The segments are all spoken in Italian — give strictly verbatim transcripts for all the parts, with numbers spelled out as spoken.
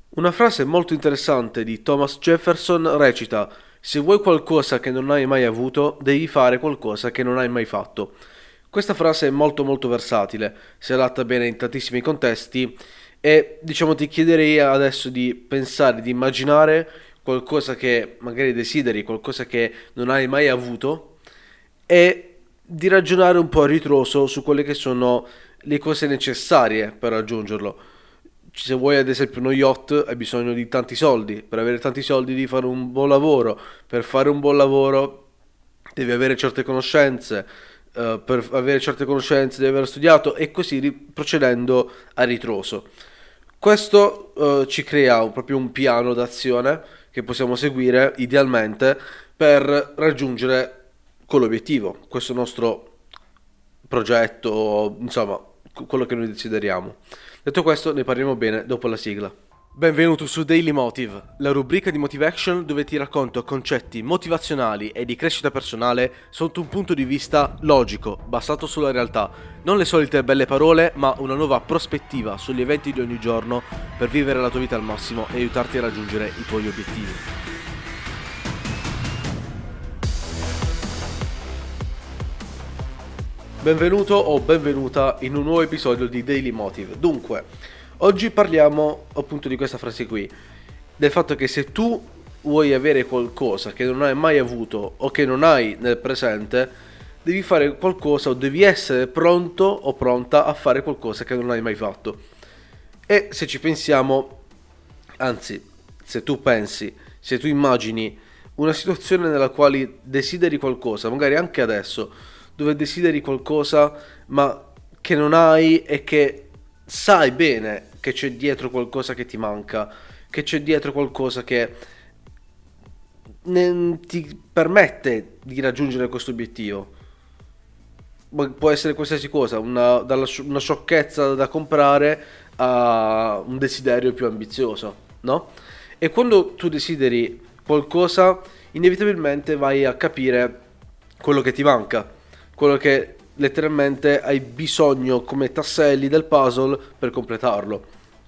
Una frase molto interessante di Thomas Jefferson recita: se vuoi qualcosa che non hai mai avuto, devi fare qualcosa che non hai mai fatto. Questa frase è molto molto versatile, si adatta bene in tantissimi contesti e diciamo ti chiederei adesso di pensare, di immaginare qualcosa che magari desideri, qualcosa che non hai mai avuto e di ragionare un po' a ritroso su quelle che sono le cose necessarie per raggiungerlo. Se vuoi ad esempio uno yacht hai bisogno di tanti soldi, per avere tanti soldi devi fare un buon lavoro, per fare un buon lavoro devi avere certe conoscenze, eh, per avere certe conoscenze devi aver studiato e così ri- procedendo a ritroso. Questo eh, ci crea un- proprio un piano d'azione che possiamo seguire idealmente per raggiungere quell'obiettivo, questo nostro progetto, insomma, cu- quello che noi desideriamo. Detto questo, ne parliamo bene dopo la sigla. Benvenuto su Daily Motive, la rubrica di Motivation dove ti racconto concetti motivazionali e di crescita personale sotto un punto di vista logico, basato sulla realtà. Non le solite belle parole, ma una nuova prospettiva sugli eventi di ogni giorno per vivere la tua vita al massimo e aiutarti a raggiungere i tuoi obiettivi. Benvenuto o benvenuta in un nuovo episodio di Daily Motive. Dunque, oggi parliamo appunto di questa frase qui, del fatto che se tu vuoi avere qualcosa che non hai mai avuto o che non hai nel presente, devi fare qualcosa o devi essere pronto o pronta a fare qualcosa che non hai mai fatto. E se ci pensiamo, anzi, se tu pensi, se tu immagini una situazione nella quale desideri qualcosa, magari anche adesso, dove desideri qualcosa ma che non hai e che sai bene che c'è dietro qualcosa che ti manca, che c'è dietro qualcosa che ne- ti permette di raggiungere questo obiettivo. Ma può essere qualsiasi cosa, una, dalla sci- una sciocchezza da comprare a un desiderio più ambizioso, no? E quando tu desideri qualcosa, inevitabilmente vai a capire quello che ti manca, quello che letteralmente hai bisogno come tasselli del puzzle per completarlo.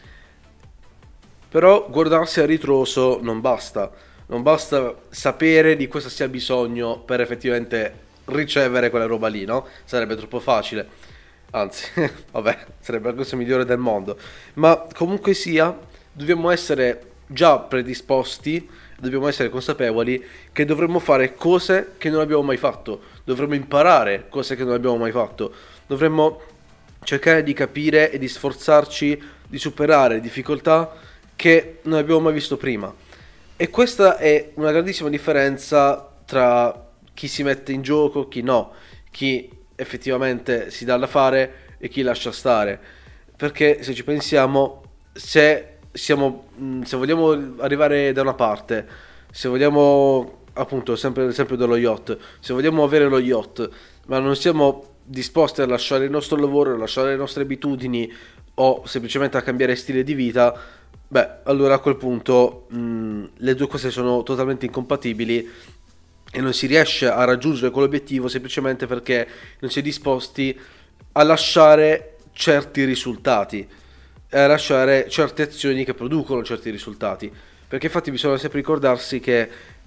Però guardarsi a ritroso non basta, non basta sapere di cosa si ha bisogno per effettivamente ricevere quella roba lì, no? Sarebbe troppo facile. Anzi, vabbè, sarebbe la cosa migliore del mondo. Ma comunque sia, dobbiamo essere già predisposti, dobbiamo essere consapevoli che dovremmo fare cose che non abbiamo mai fatto, dovremmo imparare cose che non abbiamo mai fatto, dovremmo cercare di capire e di sforzarci di superare difficoltà che non abbiamo mai visto prima. E questa è una grandissima differenza tra chi si mette in gioco, chi no, chi effettivamente si dà da fare e chi lascia stare. Perché se ci pensiamo, se siamo, mh, se vogliamo arrivare da una parte, se vogliamo appunto sempre, sempre dallo yacht, se vogliamo avere lo yacht, ma non siamo disposti a lasciare il nostro lavoro, a lasciare le nostre abitudini o semplicemente a cambiare stile di vita, beh, allora a quel punto mh, le due cose sono totalmente incompatibili e non si riesce a raggiungere quell'obiettivo semplicemente perché non si è disposti a lasciare certi risultati, a lasciare certe azioni che producono certi risultati. Perché infatti bisogna sempre ricordarsi che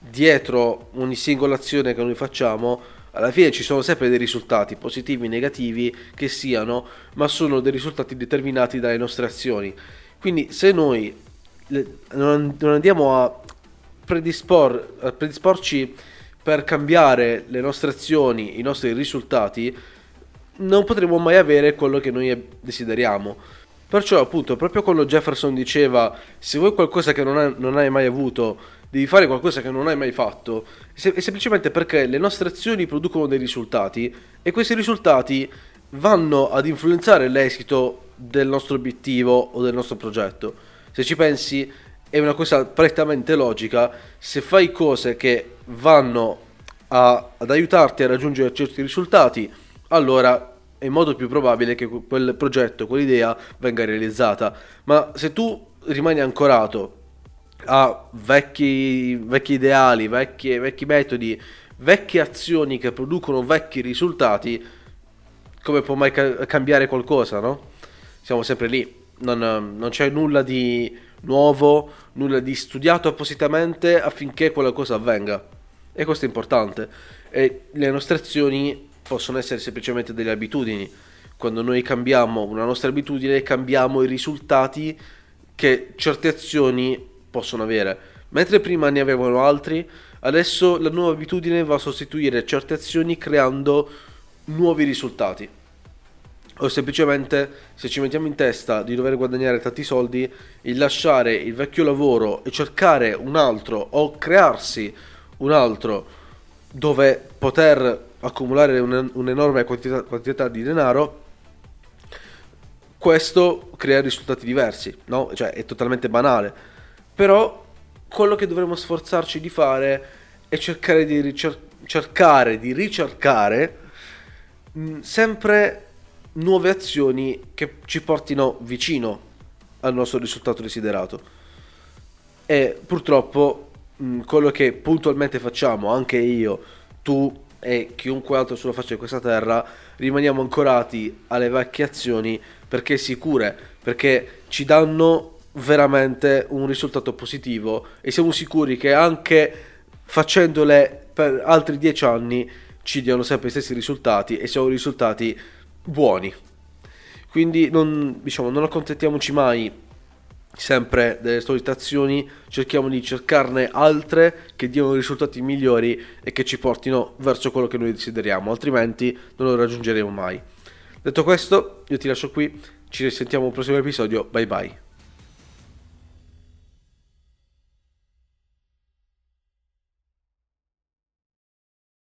dietro ogni singola azione che noi facciamo, alla fine ci sono sempre dei risultati, positivi, negativi, che siano, ma sono dei risultati determinati dalle nostre azioni. Quindi se noi le- non, non andiamo a, predispor, a predisporci per cambiare le nostre azioni, i nostri risultati, non potremo mai avere quello che noi desideriamo. Perciò, appunto, proprio quando Jefferson diceva: se vuoi qualcosa che non hai, non hai mai avuto, devi fare qualcosa che non hai mai fatto, se- è semplicemente perché le nostre azioni producono dei risultati e questi risultati vanno ad influenzare l'esito del nostro obiettivo o del nostro progetto. Se ci pensi, è una cosa prettamente logica. Se fai cose che vanno a- ad aiutarti a raggiungere certi risultati, allora è in modo più probabile che quel progetto, quell'idea venga realizzata. Ma se tu rimani ancorato a vecchi, vecchi ideali, vecchi, vecchi metodi, vecchie azioni che producono vecchi risultati, come può mai ca- cambiare qualcosa, no? Siamo sempre lì, non, non c'è nulla di nuovo, nulla di studiato appositamente affinché quella cosa avvenga. E questo è importante. E le nostre azioni possono essere semplicemente delle abitudini. Quando noi cambiamo una nostra abitudine, cambiamo i risultati che certe azioni possono avere. Mentre prima ne avevano altri, adesso la nuova abitudine va a sostituire certe azioni creando nuovi risultati. O semplicemente, se ci mettiamo in testa di dover guadagnare tanti soldi, il lasciare il vecchio lavoro e cercare un altro o crearsi un altro dove poter accumulare un, un'enorme quantità, quantità di denaro, questo crea risultati diversi, no? Cioè è totalmente banale, però quello che dovremmo sforzarci di fare è cercare di, ricer- cercare di ricercare mh, sempre nuove azioni che ci portino vicino al nostro risultato desiderato. E purtroppo mh, quello che puntualmente facciamo, anche io, tu e chiunque altro sulla faccia di questa terra, rimaniamo ancorati alle vecchie azioni perché sicure, perché ci danno veramente un risultato positivo e siamo sicuri che anche facendole per altri dieci anni ci diano sempre gli stessi risultati e siano risultati buoni. Quindi non, diciamo, non accontentiamoci mai sempre delle solite azioni, cerchiamo di cercarne altre che diano risultati migliori e che ci portino verso quello che noi desideriamo, altrimenti non lo raggiungeremo mai. Detto questo, io ti lascio qui, ci risentiamo al prossimo episodio, bye bye.